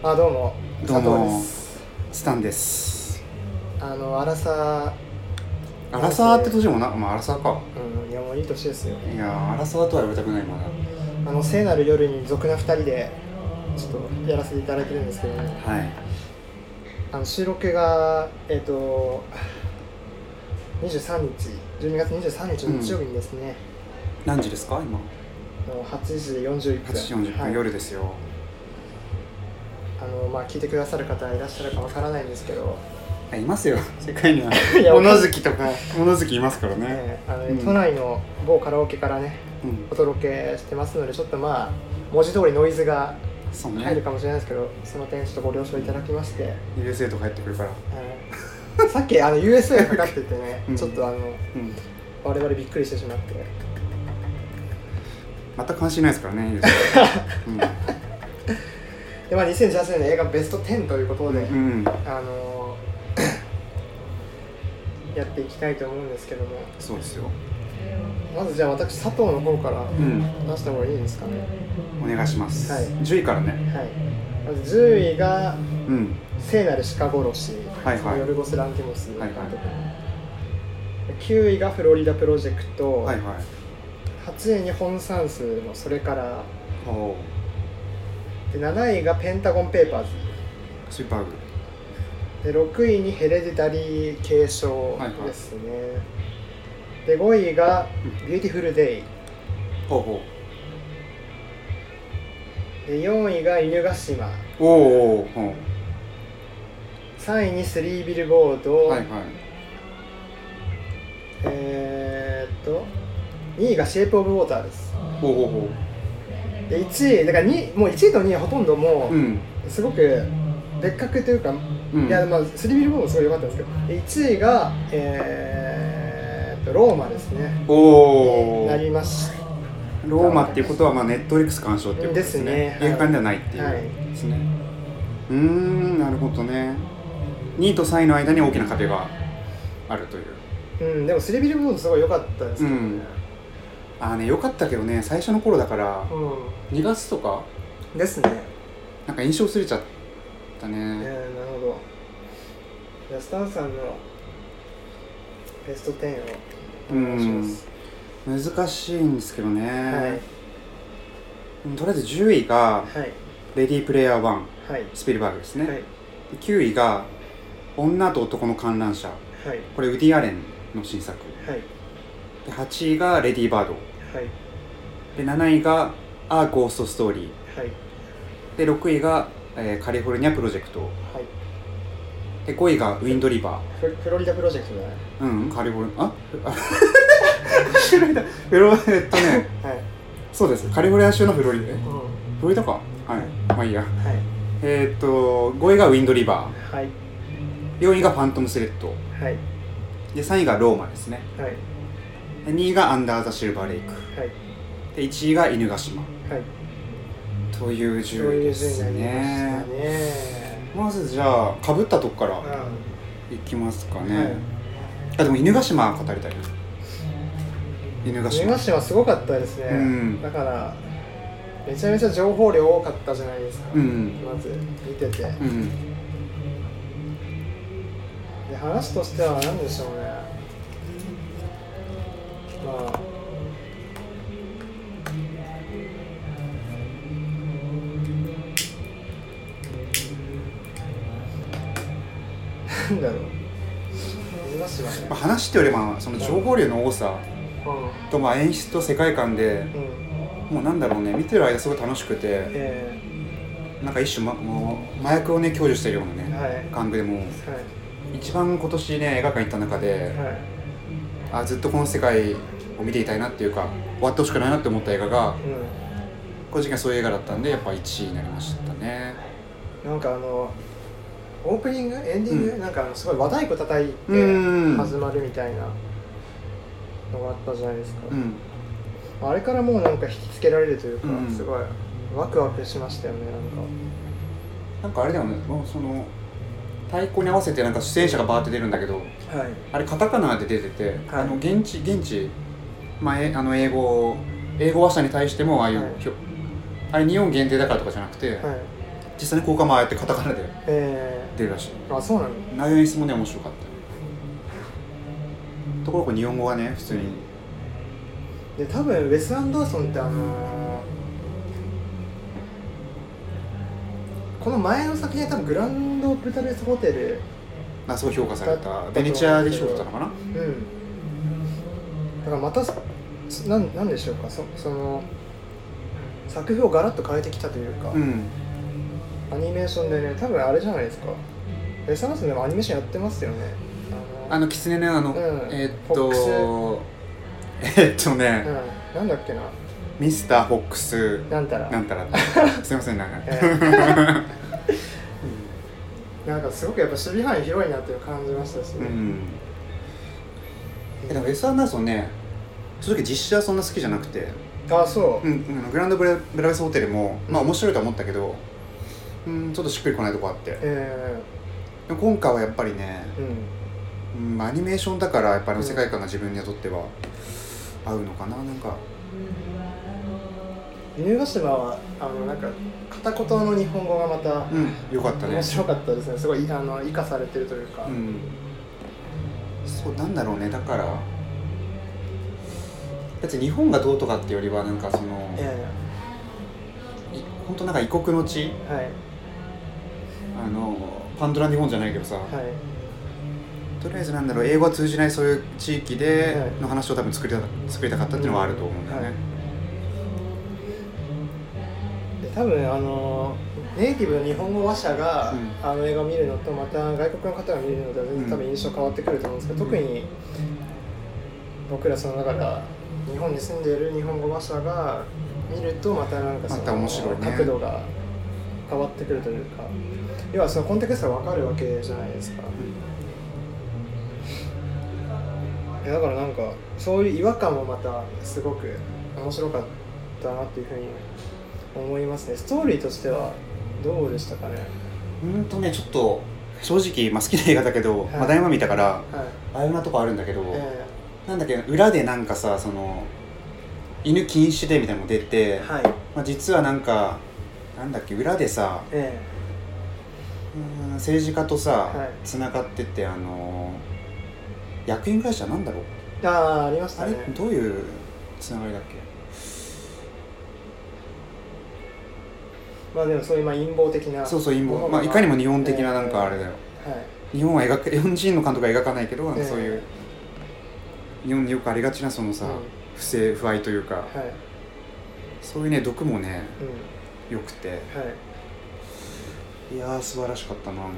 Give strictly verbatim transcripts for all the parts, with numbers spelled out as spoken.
あ、どうもどうも佐藤です。 スタンです。 あのアラサーアラサーって年もな、まあアラサーか。 うん、いやもういい年ですよ。 いやアラサーとは言われたくない。まだあの聖なる夜に俗なふたりでちょっとやらせていただいてるんですけどね、 はい。 あの収録がえっ、ー、とにじゅうさんにちじゅうにがつにじゅうさんにちの日曜日にですね、 うん、何時ですか今？ もうはちじよんじゅういっぷん、 はちじよんじゅっぷん、はい、夜ですよ。 あのまあ聞いてくださる方いらっしゃるかわからないんですけど、 いますよ、世界には物好きとか物好きいますからね。 ね、あのね、 うん、 都内の某カラオケからね、うん、お届けしてますので、ちょっとまあ文字通りノイズが入るかもしれないですけど、 そ,、ね、その点ちょっとご了承いただきまして。 ユーエスエー とか入ってくるから、 うん、さっきあの ユーエスエー かかっててね、うん、ちょっとあの、うん、我々びっくりしてしまって。 全く関心ないですからね、ユーエスエー、うんでまあ、にせんじゅうはちねんの映画ベストじゅうということで、うん、あのー、やっていきたいと思うんですけども。 そうですよ。 まずじゃあ私佐藤の方から出した方がいいですかね、 うん、お願いします、はい、じゅういからね。 はい、まずじゅういが、うん、聖なる鹿殺し、はいはい、ヨルゴス・ランティモス監督、はいはい、きゅういがフロリダプロジェクト、はいはい、はちいに本算数のそれからで、なないがペンタゴンペーパーズ、 スーパーグで、ろくいにヘレディタリー継承ですね、はいはい、でごいがビューティフルデイ、ほうほう、でよんいが犬ヶ島、おお、ほう、さんいにスリービルボード、はいはい、えー、っとにいがシェイプオブウォーターです。ほうほうほう。でいちいだからにもういちいとにいはほとんどもうすごく別格というか、うん、いやまあスリービルボードもすごい良かったんですけど、いちいがえー、っとローマですね。おお。なりました。 ローマっていうことはまあネットフリックス鑑賞っていうことですね。ですね。映画館ではないっていうですね。はい、うーん、なるほどね。にいとさんいの間に大きな壁があるという。 うん、でもスリービルボードすごい良かったですけどね。うん、 あね、良かったけどね、最初の頃だから、うん、にがつとかですね。 なんか印象薄れちゃったね。えー、 なるほど。じゃあスタンさんのベストじゅうをお願いします。 うん、難しいんですけどね、はい、とりあえずじゅういが、はい、レディープレイヤーワン、はい、スピルバーグですね、はい、きゅういが女と男の観覧車、はい、これウディ・アレンの新作、はい、ではちいがレディー・バード、はい、でなないがアー・ゴースト・ストーリー、はい、でろくいが、えー、カリフォルニア・プロジェクト、はい、でごいがウィンド・リバー、フロリダプロジェクトじゃない？ うん、カリフォルニア、あフロリダ、フロリダ、えっとね、はい、そうです、カリフォルニア州のフロリダ、うん、フロリダか、はい、まあいいや、はい、えー、っとごいがウィンド・リバー、はい、よんいがファントム・スレッド、はい、でさんいがローマですね、はい、でにいがアンダー・ザ・シルバー・レイク、はい、でいちいが犬ヶ島、はい、というじゅういですね。まずじゃあかぶったとこからいきますかね、はい、あでも犬ヶ島語りたいな。犬ヶ島犬ヶ島すごかったですね、うん、だからめちゃめちゃ情報量多かったじゃないですか、うん、まず見てて、うん、で話としては何でしょうね、まあなんだろう、難しいわね。 まあ、話ってよりもその情報量の多さと、まあ演出と世界観で、うん、もうなんだろうね、見てる間すごい楽しくて、えー、なんか一種、ま、もう麻薬をね享受してるようなね、はい、感覚でもう、はい、一番今年ね映画館行った中で、はい、あずっとこの世界を見ていたいなっていうか終わってほしくないなって思った映画が、うん、個人的にはそういう映画だったんでやっぱいちいになりましたね。 なんかあのオープニングエンディング、うん、なんかすごい和太鼓叩いて始まるみたいなのがあったじゃないですか、うん、あれからもうなんか引きつけられるというか、うん、すごいワクワクしましたよね。なんかなんかあれだよね、もうその太鼓に合わせてなんか出演者がバーって出るんだけど、はい、あれカタカナで出てて、はい、あの現地現地、まあ、あの英語英語話者に対してもああいう、はい、あれ日本限定だからとかじゃなくて、はい、 実際に効果もああやってカタカナで出るらしい、 えー、あ、そうなの。 内容演出もね面白かったところこれ日本語がね普通にで、多分ウェス・アンダーソンってあのー、この前の作品は多分グランドブダペストホテル、 あ、すごい評価されたベネチアで賞を取ったのかな。うん。 だからまたなん、なんでしょうか、そ、その作風をガラッと変えてきたというか、うん、アニメーションでね、多分あれじゃないですか。ウェス・アンダーソンでもアニメーションやってますよね。 あのキツネね、あの、うん、えー、っとえー、っとね、 うん、なんだっけな、 ミスターフォックスなんたらなんたらすいませんなんか、えー、なんかすごくやっぱ守備範囲広いなっていう感じましたしね、うん、 えでもウェス・アンダーソンね、正直実写はそんな好きじゃなくて、 あ、そう、 うん、グランドブラベストホテルも、まあ面白いと思ったけど、うん、ちょっとしっくりこないとこあって、えー、でも今回はやっぱりね、うんうん、アニメーションだからやっぱり世界観が自分にとっては合うのかな。なんか犬ヶ島はあのなんか片言の日本語がまた、 うん、よかったね。 面白かったですね。すごいあの生かされてるというか、うん、 そうなんだろうね。だから別に日本がどうとかっていうよりはなんかその、いやいや本当なんか異国の地、はい、あのパンドラ日本じゃないけどさ、はい、とりあえずなんだろう、英語は通じないそういう地域での話を多分作りた、作りたかったっていうのはあると思うんだよね、 うん、はい、で多分あのネイティブの日本語話者が、うん、あの映画を見るのとまた外国の方が見るのでは全然多分印象変わってくると思うんですけど、うん、特に僕らそのだから日本に住んでいる日本語話者が見るとまたなんかそのまた面白いね、 角度が変わってくるというか、要はそのコンテクストが分かるわけじゃないですか、うん、だからなんかそういう違和感もまたすごく面白かったなっていうふうに思いますね。ストーリーとしてはどうでしたかね。 うんとね、ちょっと正直、まあ、好きな映画だけど、はい、まあ、だいぶ見たから、はい、ああいうなとこあるんだけど、えー、なんだっけ、裏でなんかさ、その犬禁止でみたいなのも出て、はい、まあ、実はなんかなんだっけ、裏でさ、えー、うん、政治家とさ、はい、つながってて、あのー、役員会社なんだろう、 ああ、ありましたね。 あれどういうつながりだっけ。 まあでもそういうまあ陰謀的な、 そうそう陰謀、まあ、いかにも日本的ななんかあれだよ、えーはい、日本は描く、日本人の監督は描かないけど、なんかそういう、えー、日本によくありがちなそのさ、うん、不正不愛というか、はい、そういうね毒もね、うん、よくて、はい、いやー素晴らしかったな。あの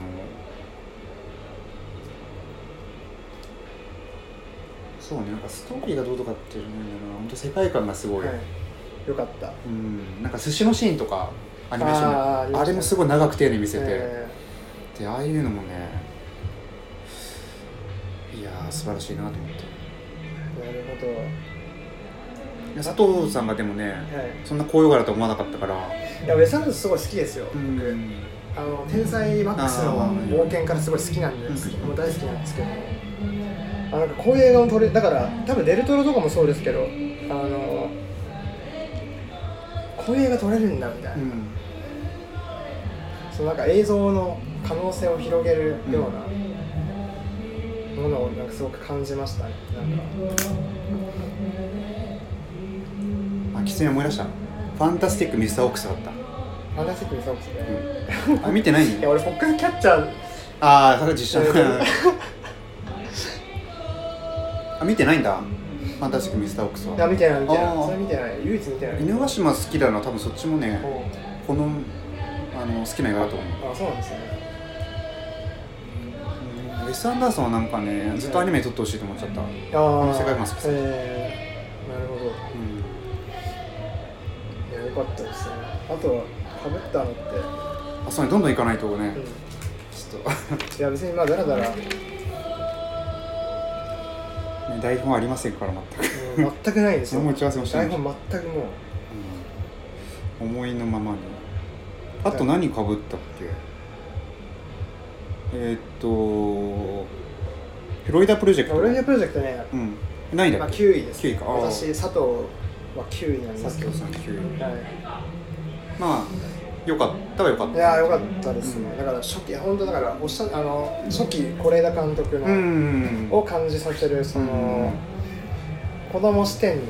そうね、なんかストーリーがどうとかっていうのなんだろうな、本当世界観がすごい、はい、 よかった。 うん、なんか寿司のシーンとかアニメーション あ, あ, あれもすごい長く丁寧に見せて、えー、でああいうのもね、いやー素晴らしいなと思って。 なるほど。 佐藤さんがでもね、はい、そんな高揚画だと思わなかったから。 いやウェス・アンダーソンすごい好きですよ、うん、あの天才マックスの冒険からすごい好きなんで、うん、もう大好きなんですけど、あなんかこういう映画を撮れ、だから多分デルトロとかもそうですけど、あのこういう映画撮れるんだみたいな、うん、そのなんか映像の可能性を広げるようなものをなんかすごく感じましたね。なんかあ、きつい思い出した。ファンタスティックミスターオックスだった。 ファンタスティックミスターオックスね、うん、あ、見てないいや俺フォックスキャッチャー、 ああ、それ実写あ、見てないんだ。ファンタスティックミスターオックスは。 いや見てない見てない。それ見てない。唯一見てない。 犬ヶ島好きだな、多分そっちもね、このあの好きな映画だと思う。 あ、そうなんですね。 ウェス・アンダーソンはなんかね、ずっとアニメ撮ってほしいと思っちゃった。あの世界観好きです。 えー、なるほど。うん、いや良かったですね。あとはかぶったのって。 あ、そうね、どんどん行かないとね。うん、ちょっといや別にまあだらだら。 台本ありませんから全く、うん、全くないですよ。 もう打ち合わせもしてない。 台本全くもう、 うん、思いのままに。あと何かぶったっけ。えー、っとフロリダプロジェクト。 フロリダプロジェクトね、 うん、何だっけ。 まあ、きゅういです。 きゅういか。 私佐藤はきゅういなんですけど。 佐藤さんきゅうい、 はい、 まあよかったはよかった。 いやよかったですね、うん、だから初期本当だからおっしゃあの初期是枝監督の、うん、を感じさせるその、うん、子供視点の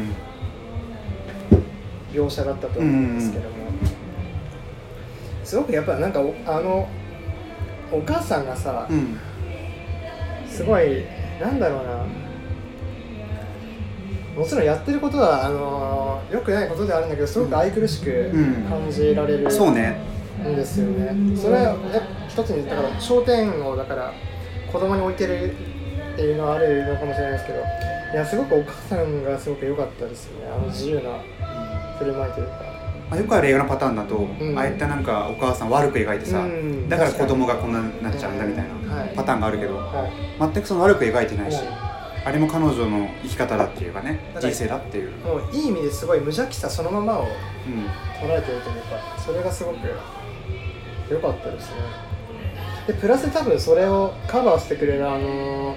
描写だったと思うんですけども、うん、すごくやっぱなんかあのお母さんがさ、うん、すごいなんだろうな、もちろんやってることはあの良くないことではあるんだけど、すごく愛くるしく感じられるんですよね。うん、そ, ねそれは一つにだから焦点をだから子供に置いてるっていうのはあるのかもしれないですけど、いやすごくお母さんがすごく良かったですよね。あの自由な振る舞いというか。 まあ、よくある映画のパターンだと、うん、ああいったなんかお母さん悪く描いてさ、うん、だから子供がこんなになっちゃうんだみたいなパターンがあるけど、はい、全くその悪く描いてないし。はい、あれも彼女の生き方だっていうかね、人生だっていう、 もういい意味ですごい無邪気さそのままを捉えてるというか、うん、それがすごく良かったですね。でプラス多分それをカバーしてくれるあのー、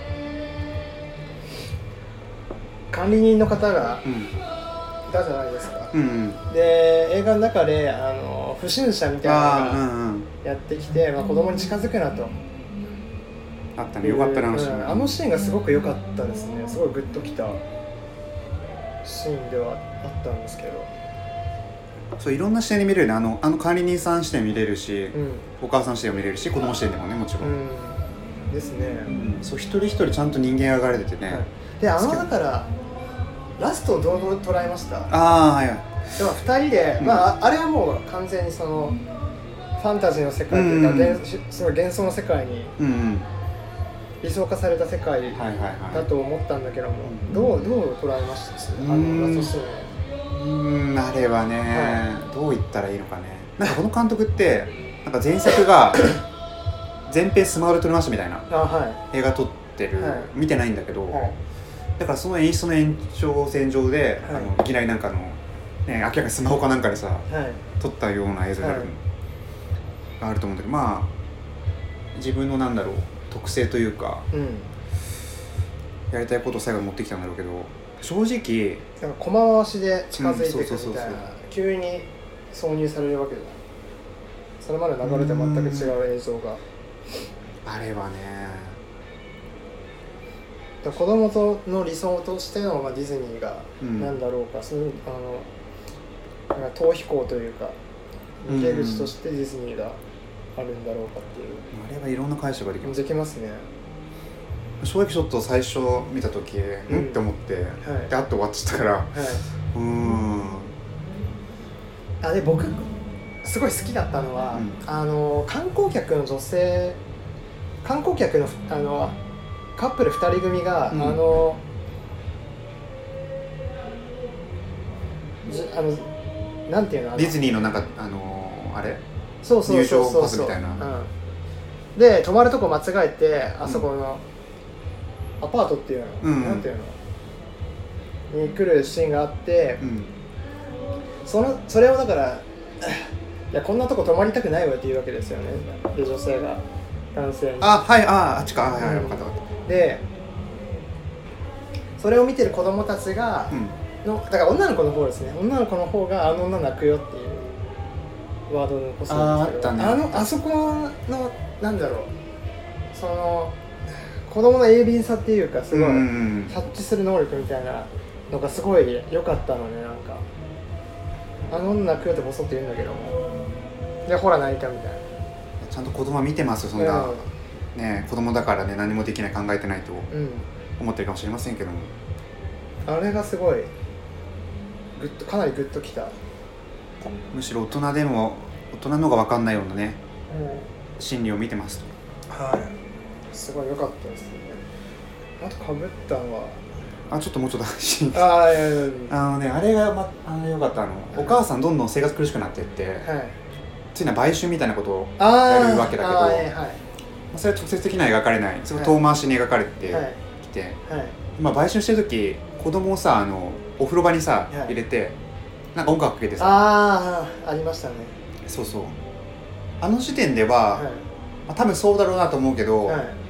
管理人の方がいたじゃないですか、うんうん、で映画の中で、あのー、不審者みたいなのがやってきて、まあ、子供に近づくなとあったね、よかったな、 あのシーン、うん、あのシーンがすごく良かったですね。すごいグッときたシーンではあったんですけど、 そういろんな視点で見れるね。あの、あの管理人さん視点見れるし、うん、お母さん視点も見れるし、子供視点でもね、もちろん、うん、 ですね、 うん、そう一人一人ちゃんと人間描かれててね、はい、 であのだからラストをどう捉えました？ ああはいはい。 でもふたりで、うん、まああれはもう完全にそのファンタジーの世界というか、うんうん、すごい幻想の世界に、うんうん理想化された世界だと思ったんだけども、はいはいはい、どうどう捉えました？あのラストシーン。うーん、あれはね、はい、どう言ったらいいのかね。なんかこの監督ってなんか前作が前編スマホで撮りましたみたいな映画撮ってる、はい、見てないんだけど、はい、だからその演出の延長線上で、はい、あのいきなりなんかの、ね、明らかにスマホかなんかでさ、はい、撮ったような映像がある、はい、があると思うんだけど、まあ自分のなんだろう特性というか、うん、やりたいことを最後に持ってきたんだろうけど、正直なんか駒回しで近づいていくみたいな、急に挿入されるわけじゃない。それまで流れて全く違う映像が、 あれはね、 子供との理想としての、まあ、ディズニーが何だろうか、うん、そのあのなんか逃避行というか逃げ口としてディズニーがあるんだろうかっていう、 あれはいろんな解釈ができます。 できますね。 正直ちょっと最初見た時、うん、うんって思って、はい、であって終わっちゃったから、はい、うーんあで僕すごい好きだったのは、うん、あの観光客の女性観光客のあのカップルふたり組が、うん、あのじあのなんていうのディズニーのなんかあのあれそうそうそうそうそう、うん、 で泊まるとこ間違えてあそこの、うん、アパートっていうの、うん、なんていうのに来るシーンがあって、うん、そのそれをだからいやこんなとこ泊まりたくないわっていうわけですよね。で女性が男性にあはいああっちかはいはい分かった分かった。 でそれを見てる子供たちが、うん、のだから女の子の方ですね。女の子の方があの女泣くよっていうワードを残すんですけど、あ, あ, ったね、あのあそこのなんだろうその子供の鋭敏さっていうかすごい察知する能力みたいなのがすごい良かったのね。なんかあの女泣くよってボソって言うんだけどもでほら泣いたみたいな。 ちゃんと子供は見てますよそんな、うん、ね子供だからね何もできない考えてないと思ってるかもしれませんけども、 うん、あれがすごいグッとかなりグッときた。 むしろ大人でも大人の方が分かんないようなね、うん、心理を見てますと。 はいすごい良かったですね。あとかぶったのはあちょっともうちょっとシーンああいやいやあのねあれが、ま、あの良かったあの、はい、お母さんどんどん生活苦しくなっていって、はい、ついな売春みたいなことをやるわけだけど、はいはい、それは直接的には描かれないすごい遠回しに描かれてきて、はいはいまあ、売春してる時子供をさあのお風呂場にさ、はい、入れてなんか音楽かけてさああありましたね。 そうそうあの時点では、はいまあ、多分そうだろうなと思うけど、はい